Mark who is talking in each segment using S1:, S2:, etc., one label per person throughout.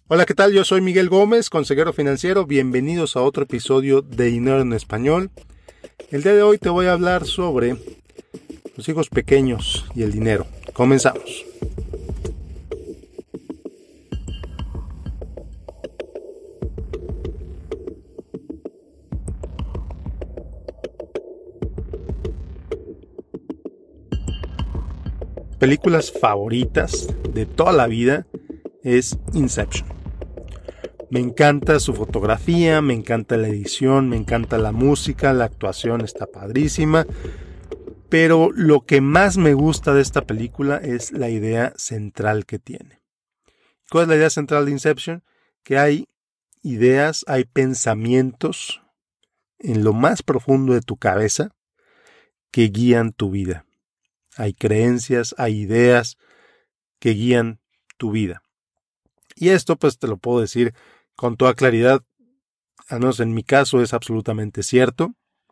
S1: Hola, ¿qué tal? Yo soy Miguel Gómez, consejero financiero. Bienvenidos a otro episodio de Dinero en Español. El día de hoy te voy a hablar sobre los hijos pequeños y el dinero. Comenzamos. Películas favoritas de toda la vida es Inception. Me encanta su fotografía, me encanta la edición, me encanta la música, la actuación está padrísima. Pero lo que más me gusta de esta película es la idea central que tiene. ¿Cuál es la idea central de Inception? Que hay ideas, hay pensamientos en lo más profundo de tu cabeza que guían tu vida. Hay creencias, hay ideas que guían tu vida. Y esto pues te lo puedo decir con toda claridad, al menos en mi caso es absolutamente cierto.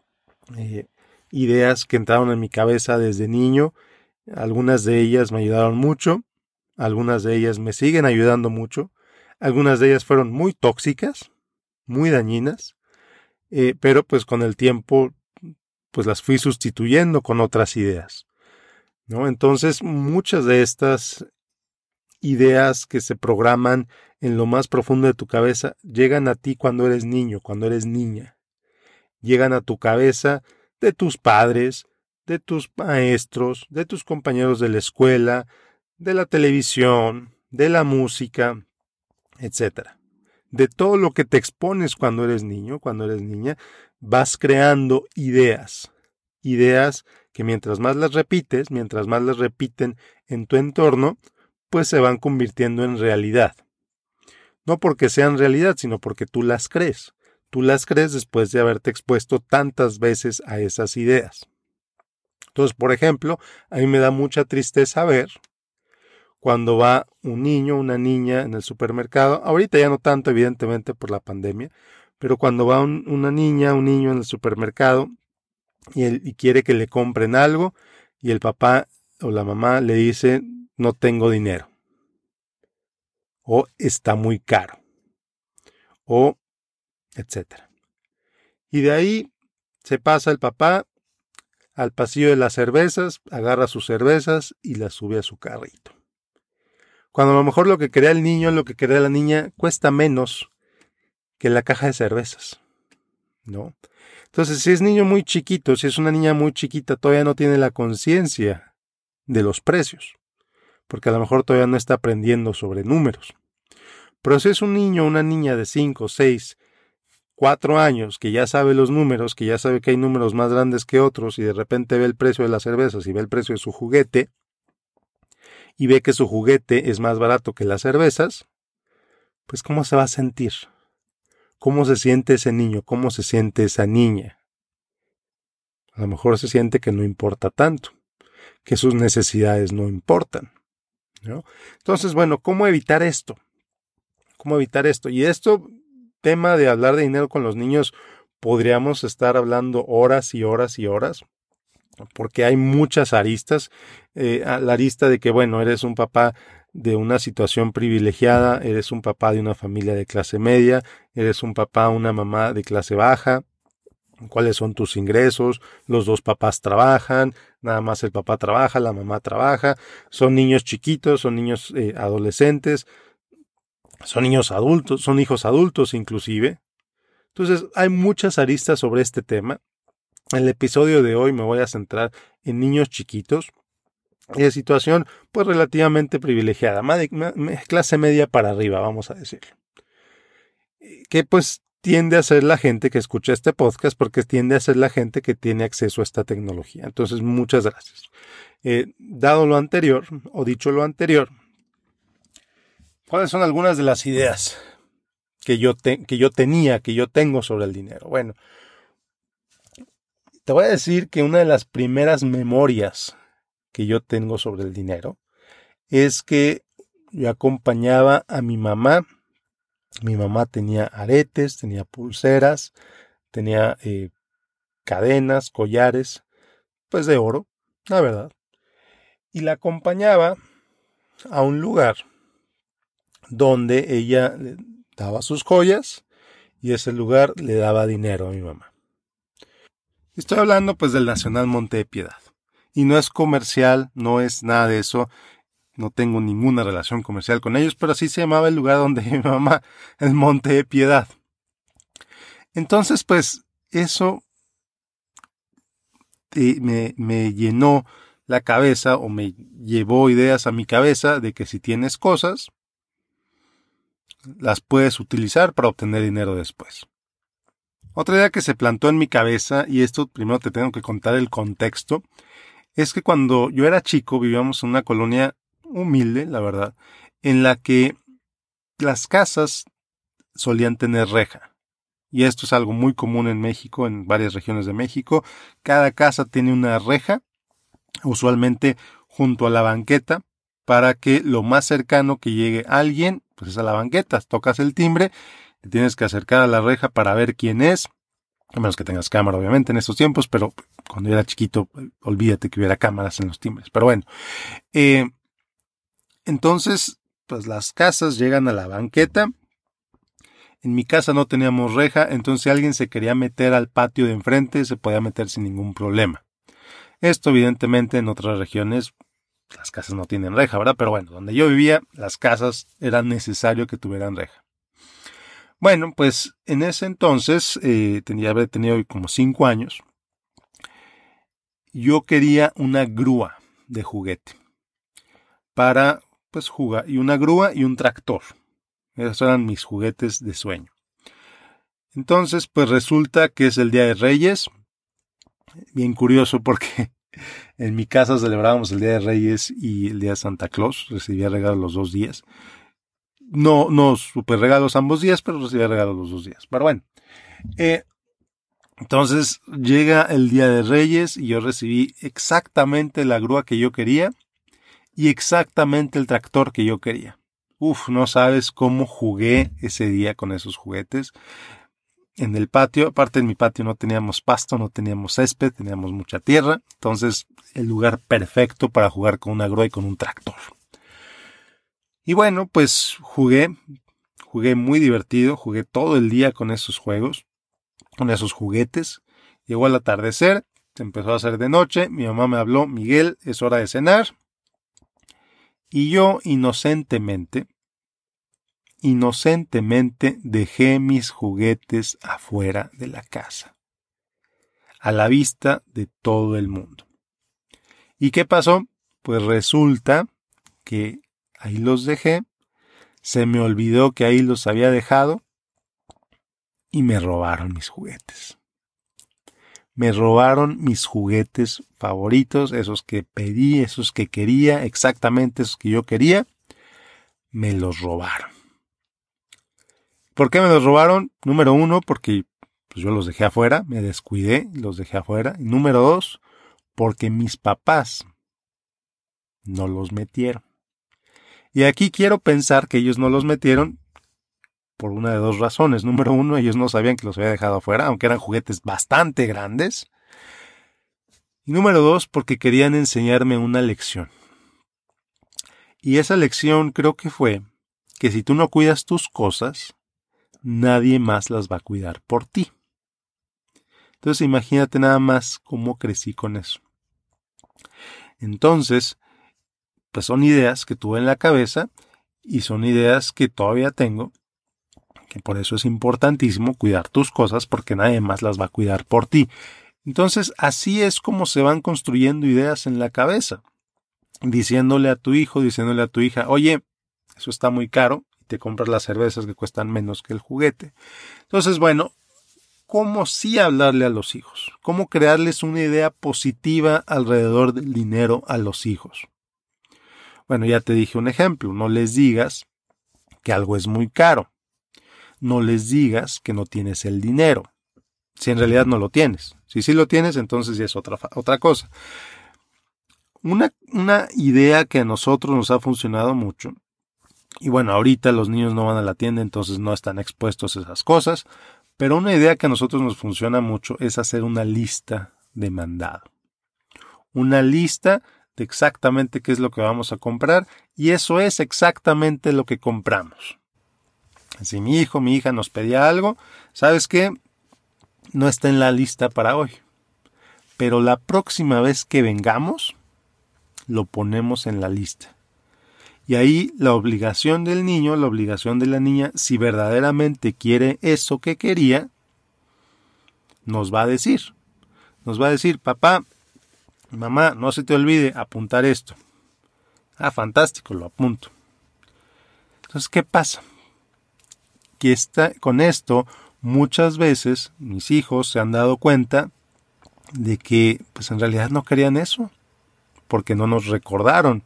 S1: Ideas que entraron en mi cabeza desde niño, algunas de ellas me ayudaron mucho, algunas de ellas me siguen ayudando mucho, algunas de ellas fueron muy tóxicas, muy dañinas, pero pues con el tiempo pues las fui sustituyendo con otras ideas, ¿no? Entonces muchas de estas ideas que se programan en lo más profundo de tu cabeza llegan a ti cuando eres niño, cuando eres niña. Llegan a tu cabeza de tus padres, de tus maestros, de tus compañeros de la escuela, de la televisión, de la música, etcétera. De todo lo que te expones cuando eres niño, cuando eres niña, vas creando ideas. Ideas que mientras más las repites, mientras más las repiten en tu entorno, pues se van convirtiendo en realidad. No porque sean realidad, sino porque tú las crees. Tú las crees después de haberte expuesto tantas veces a esas ideas. Entonces, por ejemplo, a mí me da mucha tristeza ver cuando va un niño, una niña en el supermercado. Ahorita ya no tanto, evidentemente, por la pandemia, pero cuando va una niña, un niño en el supermercado y quiere que le compren algo y el papá o la mamá le dice, no tengo dinero. O está muy caro. O etcétera. Y de ahí se pasa el papá al pasillo de las cervezas, agarra sus cervezas y las sube a su carrito. Cuando a lo mejor lo que quería el niño, lo que quería la niña, cuesta menos que la caja de cervezas, ¿no? Entonces, si es niño muy chiquito, si es una niña muy chiquita, todavía no tiene la conciencia de los precios, porque a lo mejor todavía no está aprendiendo sobre números. Pero si es un niño o una niña de 5, 6, 4 años que ya sabe los números, que ya sabe que hay números más grandes que otros y de repente ve el precio de las cervezas y ve el precio de su juguete y ve que su juguete es más barato que las cervezas, pues ¿cómo se va a sentir? ¿Cómo se siente ese niño? ¿Cómo se siente esa niña? A lo mejor se siente que no importa tanto, que sus necesidades no importan, ¿no? Entonces, bueno, ¿cómo evitar esto? ¿Cómo evitar esto? Y esto, tema de hablar de dinero con los niños, podríamos estar hablando horas y horas y horas, porque hay muchas aristas. La arista de que, bueno, eres un papá de una situación privilegiada, eres un papá de una familia de clase media, eres un papá, una mamá de clase baja, cuáles son tus ingresos, los dos papás trabajan, nada más el papá trabaja, la mamá trabaja, son niños chiquitos, son niños adolescentes, son niños adultos, son hijos adultos inclusive. Entonces hay muchas aristas sobre este tema. En el episodio de hoy me voy a centrar en niños chiquitos y de situación pues relativamente privilegiada, clase media para arriba, vamos a decirlo. Que pues tiende a ser la gente que escucha este podcast porque tiende a ser la gente que tiene acceso a esta tecnología. Entonces, muchas gracias. Dado lo anterior, o dicho lo anterior, ¿cuáles son algunas de las ideas que yo tengo sobre el dinero? Bueno, te voy a decir que una de las primeras memorias que yo tengo sobre el dinero es que yo acompañaba a mi mamá. Mi mamá tenía aretes, tenía pulseras, tenía cadenas, collares, pues de oro, la verdad. Y la acompañaba a un lugar donde ella le daba sus joyas y ese lugar le daba dinero a mi mamá. Estoy hablando pues del Nacional Monte de Piedad. Y no es comercial, no es nada de eso. No tengo ninguna relación comercial con ellos, pero así se llamaba el lugar donde mi mamá, el Monte de Piedad. Entonces pues eso me llenó la cabeza o me llevó ideas a mi cabeza de que si tienes cosas, las puedes utilizar para obtener dinero después. Otra idea que se plantó en mi cabeza, y esto primero te tengo que contar el contexto, es que cuando yo era chico vivíamos en una colonia humilde, la verdad, en la que las casas solían tener reja. Y esto es algo muy común en México, en varias regiones de México. Cada casa tiene una reja, usualmente junto a la banqueta, para que lo más cercano que llegue alguien, pues es a la banqueta. Tocas el timbre, te tienes que acercar a la reja para ver quién es, a menos que tengas cámara obviamente en estos tiempos, pero cuando yo era chiquito, olvídate que hubiera cámaras en los timbres. Pero bueno, entonces, pues las casas llegan a la banqueta. En mi casa no teníamos reja, entonces si alguien se quería meter al patio de enfrente, se podía meter sin ningún problema. Esto evidentemente en otras regiones las casas no tienen reja, ¿verdad? Pero bueno, donde yo vivía, las casas era necesario que tuvieran reja. Bueno, pues en ese entonces, habré tenido como 5 años, yo quería una grúa de juguete para pues jugar, y una grúa y un tractor. Esos eran mis juguetes de sueño. Entonces, pues resulta que es el Día de Reyes. Bien curioso porque en mi casa celebrábamos el Día de Reyes y el Día de Santa Claus. Recibía regalos los 2 días. No super regalos ambos días, pero recibía regalos los 2 días. Pero bueno. Entonces llega el Día de Reyes y yo recibí exactamente la grúa que yo quería y exactamente el tractor que yo quería. No sabes cómo jugué ese día con esos juguetes. En el patio, aparte en mi patio no teníamos pasto, no teníamos césped, teníamos mucha tierra. Entonces, el lugar perfecto para jugar con una grúa y con un tractor. Y bueno, pues jugué muy divertido, jugué todo el día con esos juegos, con esos juguetes. Llegó el atardecer, se empezó a hacer de noche, mi mamá me habló, Miguel, es hora de cenar. Y yo inocentemente dejé mis juguetes afuera de la casa, a la vista de todo el mundo. ¿Y qué pasó? Pues resulta que ahí los dejé, se me olvidó que ahí los había dejado y me robaron mis juguetes. Me robaron mis juguetes favoritos, esos que pedí, esos que quería, exactamente esos que yo quería, me los robaron. ¿Por qué me los robaron? Número 1, porque pues yo los dejé afuera, me descuidé, los dejé afuera. Y número 2, porque mis papás no los metieron. Y aquí quiero pensar que ellos no los metieron por una de 2 razones. Número 1, ellos no sabían que los había dejado afuera, aunque eran juguetes bastante grandes. Y número 2, porque querían enseñarme una lección. Y esa lección creo que fue que si tú no cuidas tus cosas, nadie más las va a cuidar por ti. Entonces imagínate nada más cómo crecí con eso. Entonces, pues son ideas que tuve en la cabeza y son ideas que todavía tengo, que por eso es importantísimo cuidar tus cosas porque nadie más las va a cuidar por ti. Entonces, así es como se van construyendo ideas en la cabeza. Diciéndole a tu hijo, diciéndole a tu hija, oye, eso está muy caro, te compras las cervezas que cuestan menos que el juguete. Entonces, bueno, ¿cómo sí hablarle a los hijos? ¿Cómo crearles una idea positiva alrededor del dinero a los hijos? Bueno, ya te dije un ejemplo. No les digas que algo es muy caro. No les digas que no tienes el dinero. Si en realidad no lo tienes. Si sí lo tienes, entonces ya es otra cosa. Una idea que a nosotros nos ha funcionado mucho. Y bueno, ahorita los niños no van a la tienda, entonces no están expuestos a esas cosas. Pero una idea que a nosotros nos funciona mucho es hacer una lista de mandado. Una lista de exactamente qué es lo que vamos a comprar y eso es exactamente lo que compramos. Si mi hijo, mi hija nos pedía algo, ¿sabes qué? No está en la lista para hoy. Pero la próxima vez que vengamos, lo ponemos en la lista. Y ahí la obligación del niño, la obligación de la niña, si verdaderamente quiere eso que quería, nos va a decir. Nos va a decir, papá, mamá, no se te olvide apuntar esto. Ah, fantástico, lo apunto. Entonces, ¿qué pasa? Que con esto, muchas veces mis hijos se han dado cuenta de que pues en realidad no querían eso, porque no nos recordaron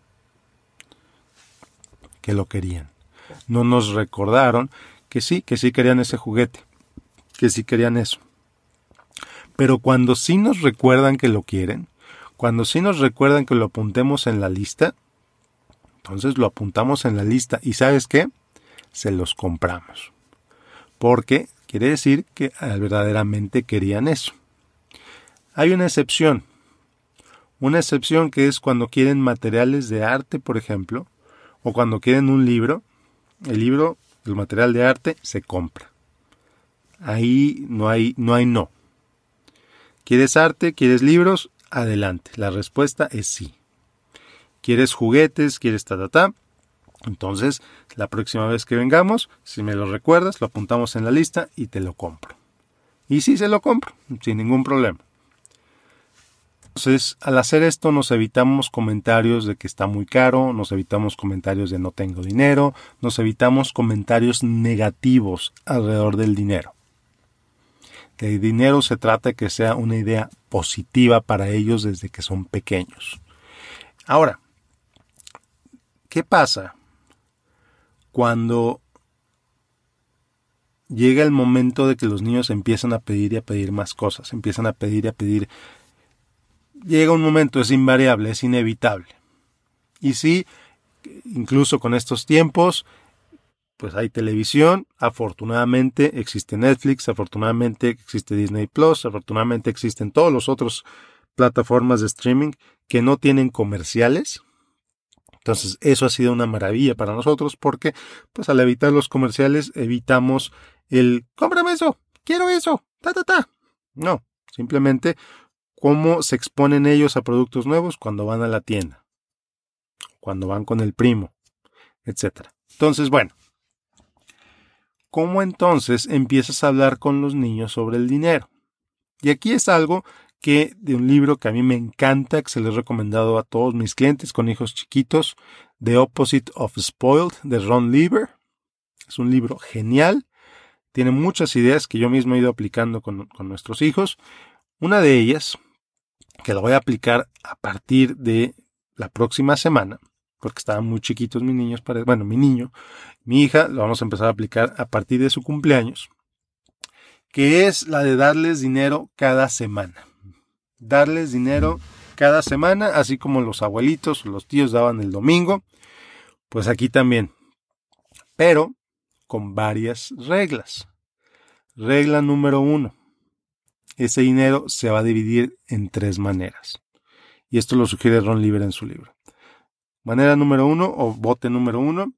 S1: que lo querían. No nos recordaron que sí querían ese juguete, que sí querían eso. Pero cuando sí nos recuerdan que lo quieren, cuando sí nos recuerdan que lo apuntemos en la lista, entonces lo apuntamos en la lista y ¿sabes qué? Se los compramos. Porque quiere decir que verdaderamente querían eso. Hay una excepción que es cuando quieren materiales de arte, por ejemplo, o cuando quieren un libro. El material de arte, se compra. Ahí no hay no. ¿Quieres arte? ¿Quieres libros? Adelante. La respuesta es sí. ¿Quieres juguetes? ¿Quieres Entonces, la próxima vez que vengamos, si me lo recuerdas, lo apuntamos en la lista y te lo compro. Y sí se lo compro, sin ningún problema. Entonces, al hacer esto nos evitamos comentarios de que está muy caro, nos evitamos comentarios de no tengo dinero, nos evitamos comentarios negativos alrededor del dinero. El dinero se trata de que sea una idea positiva para ellos desde que son pequeños. Ahora, ¿qué pasa cuando llega el momento de que los niños empiezan a pedir y a pedir más cosas? Empiezan a pedir y a pedir. Llega un momento, es invariable, es inevitable. Y sí, incluso con estos tiempos, pues hay televisión, afortunadamente existe Netflix, afortunadamente existe Disney Plus, afortunadamente existen todos los otros plataformas de streaming que no tienen comerciales. Entonces eso ha sido una maravilla para nosotros porque pues al evitar los comerciales evitamos el cómprame eso, quiero eso, No, simplemente cómo se exponen ellos a productos nuevos cuando van a la tienda, cuando van con el primo, etc. Entonces, bueno, ¿cómo entonces empiezas a hablar con los niños sobre el dinero? Y aquí es algo de un libro que a mí me encanta, que se lo he recomendado a todos mis clientes con hijos chiquitos, The Opposite of Spoiled, de Ron Lieber. Es un libro genial, tiene muchas ideas que yo mismo he ido aplicando con nuestros hijos. Una de ellas, que la voy a aplicar a partir de la próxima semana, porque estaban muy chiquitos mis niños, mi hija, lo vamos a empezar a aplicar a partir de su cumpleaños, que es la de darles dinero cada semana. Darles dinero cada semana, así como los abuelitos o los tíos daban el domingo, pues aquí también, pero con varias reglas. Regla número 1. Ese dinero se va a dividir en 3 maneras. Y esto lo sugiere Ron Lieber en su libro. Manera número 1 o bote número 1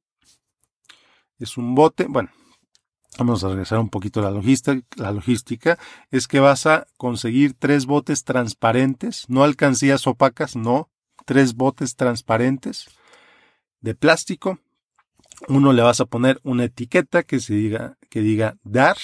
S1: es un bote, vamos a regresar un poquito a la logística, es que vas a conseguir 3 botes transparentes, no alcancías opacas, no, 3 botes transparentes de plástico. Uno le vas a poner una etiqueta que diga dar.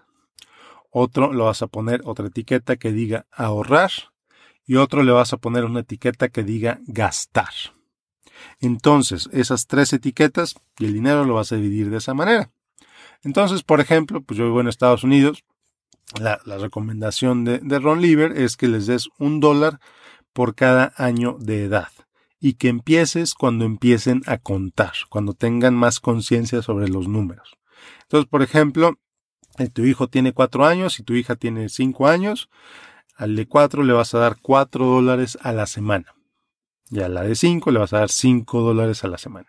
S1: Otro le vas a poner otra etiqueta que diga ahorrar y otro le vas a poner una etiqueta que diga gastar. Entonces, esas 3 etiquetas y el dinero lo vas a dividir de esa manera. Entonces, por ejemplo, pues yo vivo en Estados Unidos, la recomendación de Ron Lieber es que les des $1 por cada año de edad y que empieces cuando empiecen a contar, cuando tengan más conciencia sobre los números. Entonces, por ejemplo, tu hijo tiene 4 años y tu hija tiene 5 años, al de 4 le vas a dar $4 a la semana. Y a la de 5 le vas a dar $5 a la semana.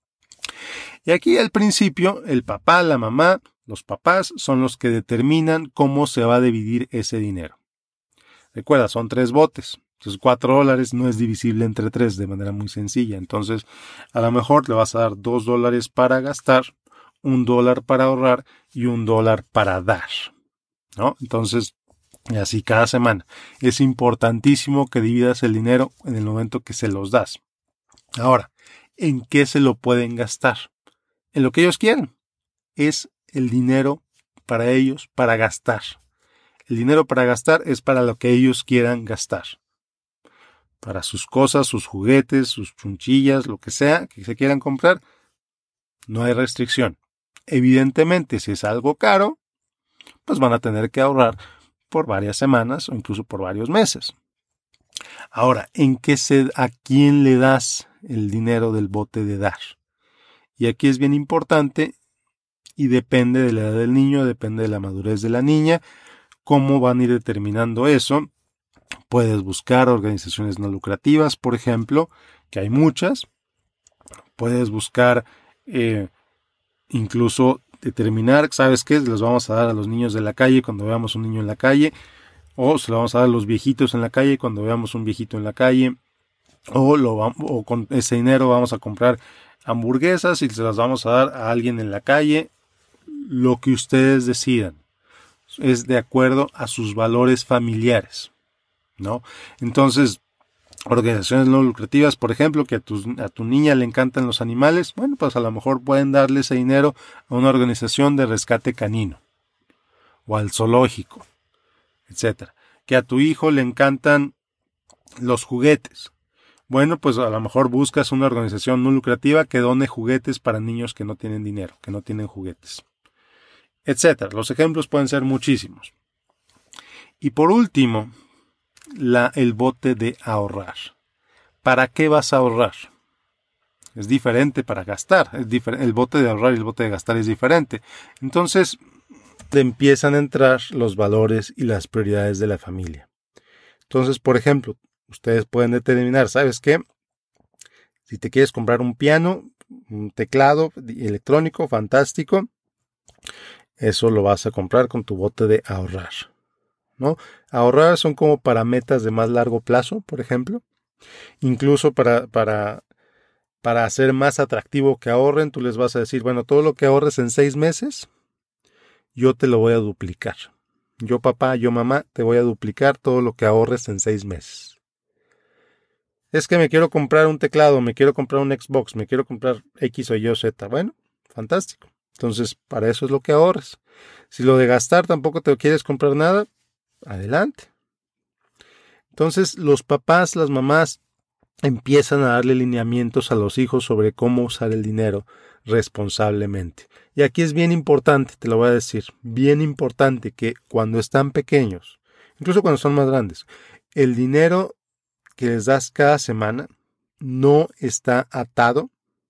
S1: Y aquí al principio, el papá, la mamá, los papás son los que determinan cómo se va a dividir ese dinero. Recuerda, son 3 botes. Entonces $4 no es divisible entre 3 de manera muy sencilla. Entonces a lo mejor le vas a dar $2 para gastar, $1 para ahorrar y $1 para dar, ¿no? Entonces, y así cada semana. Es importantísimo que dividas el dinero en el momento que se los das. Ahora, ¿en qué se lo pueden gastar? En lo que ellos quieran. Es el dinero para ellos para gastar. El dinero para gastar es para lo que ellos quieran gastar. Para sus cosas, sus juguetes, sus chunchillas, lo que sea que se quieran comprar, no hay restricción. Evidentemente, si es algo caro, pues van a tener que ahorrar por varias semanas o incluso por varios meses. Ahora, ¿a quién le das el dinero del bote de dar? Y aquí es bien importante y depende de la edad del niño, depende de la madurez de la niña, cómo van a ir determinando eso. Puedes buscar organizaciones no lucrativas, por ejemplo, que hay muchas. Puedes buscar incluso determinar, ¿sabes qué? Les vamos a dar a los niños de la calle cuando veamos un niño en la calle, o se lo vamos a dar a los viejitos en la calle cuando veamos un viejito en la calle, o con ese dinero vamos a comprar hamburguesas y se las vamos a dar a alguien en la calle. Lo que ustedes decidan es de acuerdo a sus valores familiares, ¿no? Entonces, organizaciones no lucrativas, por ejemplo, que a tu niña le encantan los animales, bueno, pues a lo mejor pueden darle ese dinero a una organización de rescate canino o al zoológico, etcétera. Que a tu hijo le encantan los juguetes. Bueno, pues a lo mejor buscas una organización no lucrativa que done juguetes para niños que no tienen dinero, que no tienen juguetes, etcétera. Los ejemplos pueden ser muchísimos. Y por último, el bote de ahorrar. ¿Para qué vas a ahorrar? Es diferente para gastar. El bote de ahorrar y el bote de gastar es diferente. Entonces, te empiezan a entrar los valores y las prioridades de la familia. Entonces, por ejemplo, ustedes pueden determinar, ¿sabes qué? Si te quieres comprar un piano, un teclado electrónico fantástico, eso lo vas a comprar con tu bote de ahorrar, ¿no? Ahorrar son como para metas de más largo plazo, por ejemplo. Incluso para hacer más atractivo que ahorren, tú les vas a decir, bueno, todo lo que ahorres en 6 meses, yo te lo voy a duplicar. Yo papá, yo mamá, te voy a duplicar todo lo que ahorres en 6 meses. Es que me quiero comprar un teclado, me quiero comprar un Xbox, me quiero comprar X o Y o Z. Bueno, fantástico. Entonces, para eso es lo que ahorras. Si lo de gastar tampoco te quieres comprar nada, adelante. Entonces, los papás, las mamás empiezan a darle lineamientos a los hijos sobre cómo usar el dinero responsablemente. Y aquí es bien importante, te lo voy a decir, bien importante que cuando están pequeños, incluso cuando son más grandes, el dinero que les das cada semana no está atado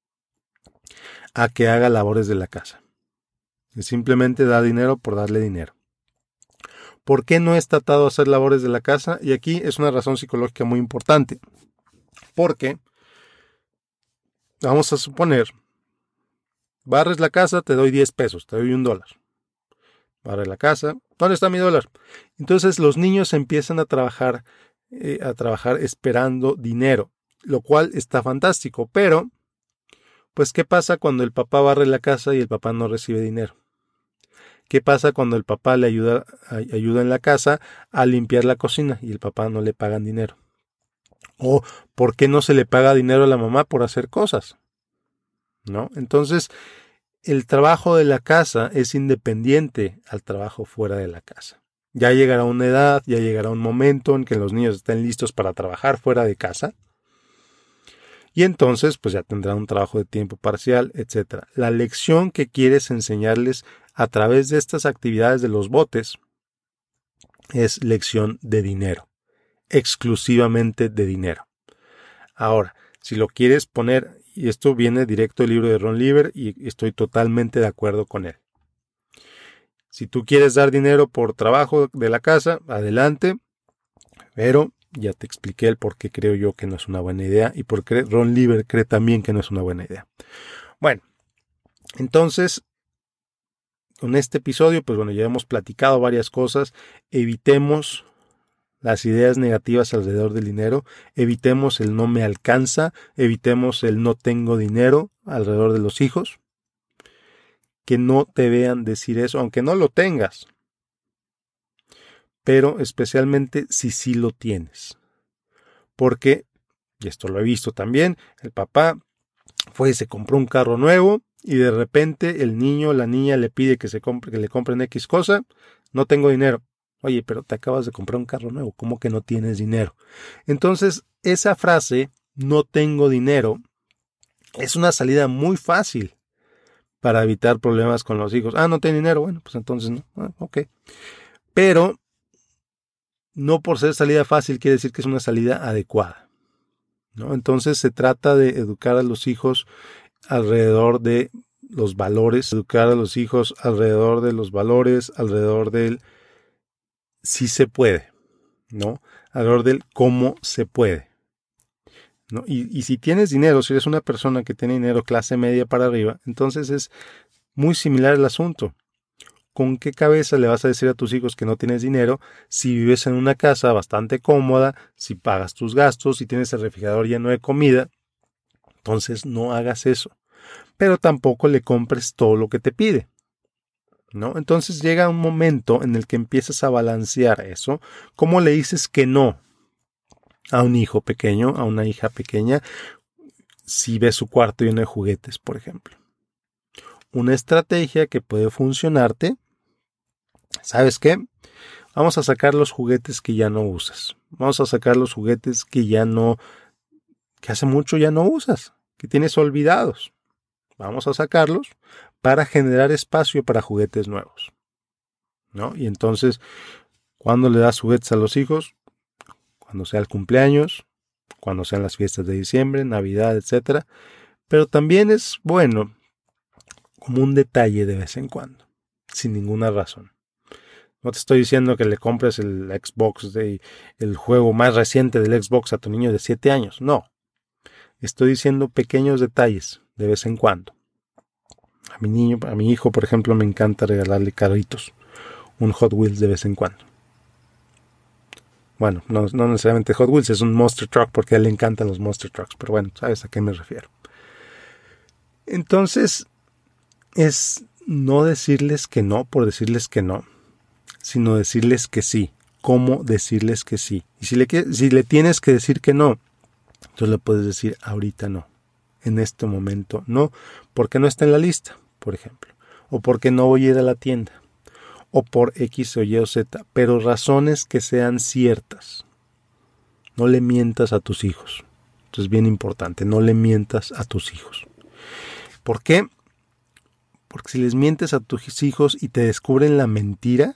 S1: a que haga labores de la casa. Simplemente da dinero por darle dinero. ¿Por qué no está atado a hacer labores de la casa? Y aquí es una razón psicológica muy importante. Porque, vamos a suponer, barres la casa, te doy 10 pesos, te doy $1. Barre la casa, ¿dónde está mi dólar? Entonces los niños empiezan a trabajar esperando dinero, lo cual está fantástico, pero, pues, ¿qué pasa cuando el papá barre la casa y el papá no recibe dinero? ¿Qué pasa cuando el papá le ayuda en la casa a limpiar la cocina y el papá no le pagan dinero? ¿O por qué no se le paga dinero a la mamá por hacer cosas? ¿No? Entonces, el trabajo de la casa es independiente al trabajo fuera de la casa. Ya llegará una edad, ya llegará un momento en que los niños estén listos para trabajar fuera de casa. Y entonces, pues ya tendrán un trabajo de tiempo parcial, etc. La lección que quieres enseñarles a través de estas actividades de los botes es lección de dinero. Exclusivamente de dinero. Ahora, si lo quieres poner, y esto viene directo del libro de Ron Lieber y estoy totalmente de acuerdo con él. Si tú quieres dar dinero por trabajo de la casa, adelante, pero ya te expliqué el por qué creo yo que no es una buena idea y por qué Ron Lieber cree también que no es una buena idea. Bueno, entonces, con este episodio, pues bueno, ya hemos platicado varias cosas. Evitemos las ideas negativas alrededor del dinero, evitemos el no me alcanza, evitemos el no tengo dinero alrededor de los hijos. Que no te vean decir eso, aunque no lo tengas, pero especialmente si sí lo tienes. Porque, y esto lo he visto también, el papá fue y se compró un carro nuevo y de repente el niño o la niña le pide que le compren X cosa, no tengo dinero. Oye, pero te acabas de comprar un carro nuevo, ¿cómo que no tienes dinero? Entonces, esa frase, no tengo dinero, es una salida muy fácil para evitar problemas con los hijos. No tengo dinero, bueno, pues entonces no, ok. Pero no por ser salida fácil quiere decir que es una salida adecuada, ¿no? Entonces se trata de educar a los hijos alrededor de los valores, alrededor del sí se puede, ¿no? Alrededor del cómo se puede, ¿no? Y si tienes dinero, si eres una persona que tiene dinero clase media para arriba, entonces es muy similar el asunto. ¿Con qué cabeza le vas a decir a tus hijos que no tienes dinero si vives en una casa bastante cómoda, si pagas tus gastos, si tienes el refrigerador lleno de comida? Entonces no hagas eso. Pero tampoco le compres todo lo que te pide, ¿no? Entonces llega un momento en el que empiezas a balancear eso. ¿Cómo le dices que no a un hijo pequeño, a una hija pequeña, si ves su cuarto lleno de juguetes, por ejemplo? Una estrategia que puede funcionarte, ¿sabes qué? Vamos a sacar los juguetes que ya no usas. Vamos a sacar los juguetes que hace mucho ya no usas, que tienes olvidados. Vamos a sacarlos para generar espacio para juguetes nuevos, ¿no? Y entonces, ¿cuándo le das juguetes a los hijos? Cuando sea el cumpleaños, cuando sean las fiestas de diciembre, Navidad, etc. Pero también es bueno como un detalle de vez en cuando, sin ninguna razón. No te estoy diciendo que le compres el Xbox, el juego más reciente del Xbox a tu niño de 7 años. No. Estoy diciendo pequeños detalles de vez en cuando. A mi hijo, por ejemplo, me encanta regalarle carritos, un Hot Wheels de vez en cuando. Bueno, no necesariamente Hot Wheels, es un Monster Truck porque a él le encantan los Monster Trucks, pero bueno, sabes a qué me refiero. Entonces, es no decirles que no por decirles que no, sino decirles que sí. ¿Cómo decirles que sí? Y si le tienes que decir que no, entonces le puedes decir ahorita no, en este momento no, porque no está en la lista, por ejemplo, o porque no voy a ir a la tienda, o por X o Y o Z, pero razones que sean ciertas. No le mientas a tus hijos. Esto es bien importante, no le mientas a tus hijos. ¿Por qué? Porque si les mientes a tus hijos y te descubren la mentira,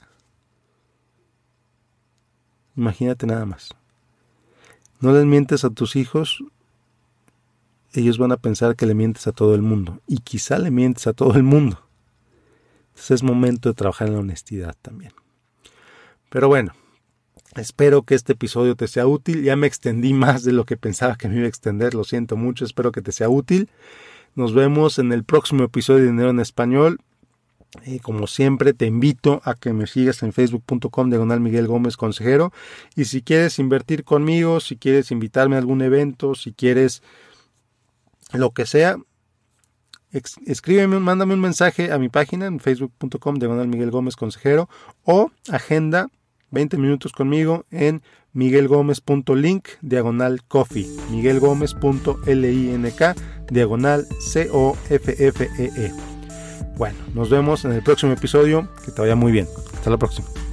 S1: imagínate nada más. No les mientes a tus hijos, ellos van a pensar que le mientes a todo el mundo. Y quizá le mientes a todo el mundo. Entonces es momento de trabajar en la honestidad también. Pero bueno, espero que este episodio te sea útil. Ya me extendí más de lo que pensaba que me iba a extender. Lo siento mucho, espero que te sea útil. Nos vemos en el próximo episodio de Dinero en Español. Como siempre, te invito a que me sigas en facebook.com/Miguel Gómez Consejero. Y si quieres invertir conmigo, si quieres invitarme a algún evento, si quieres lo que sea, escríbeme, mándame un mensaje a mi página en facebook.com/Miguel Gómez Consejero o agenda 20 minutos conmigo en miguelgomez.link/coffee, miguelgomez.link/coffee. Bueno, nos vemos en el próximo episodio. Que te vaya muy bien. Hasta la próxima.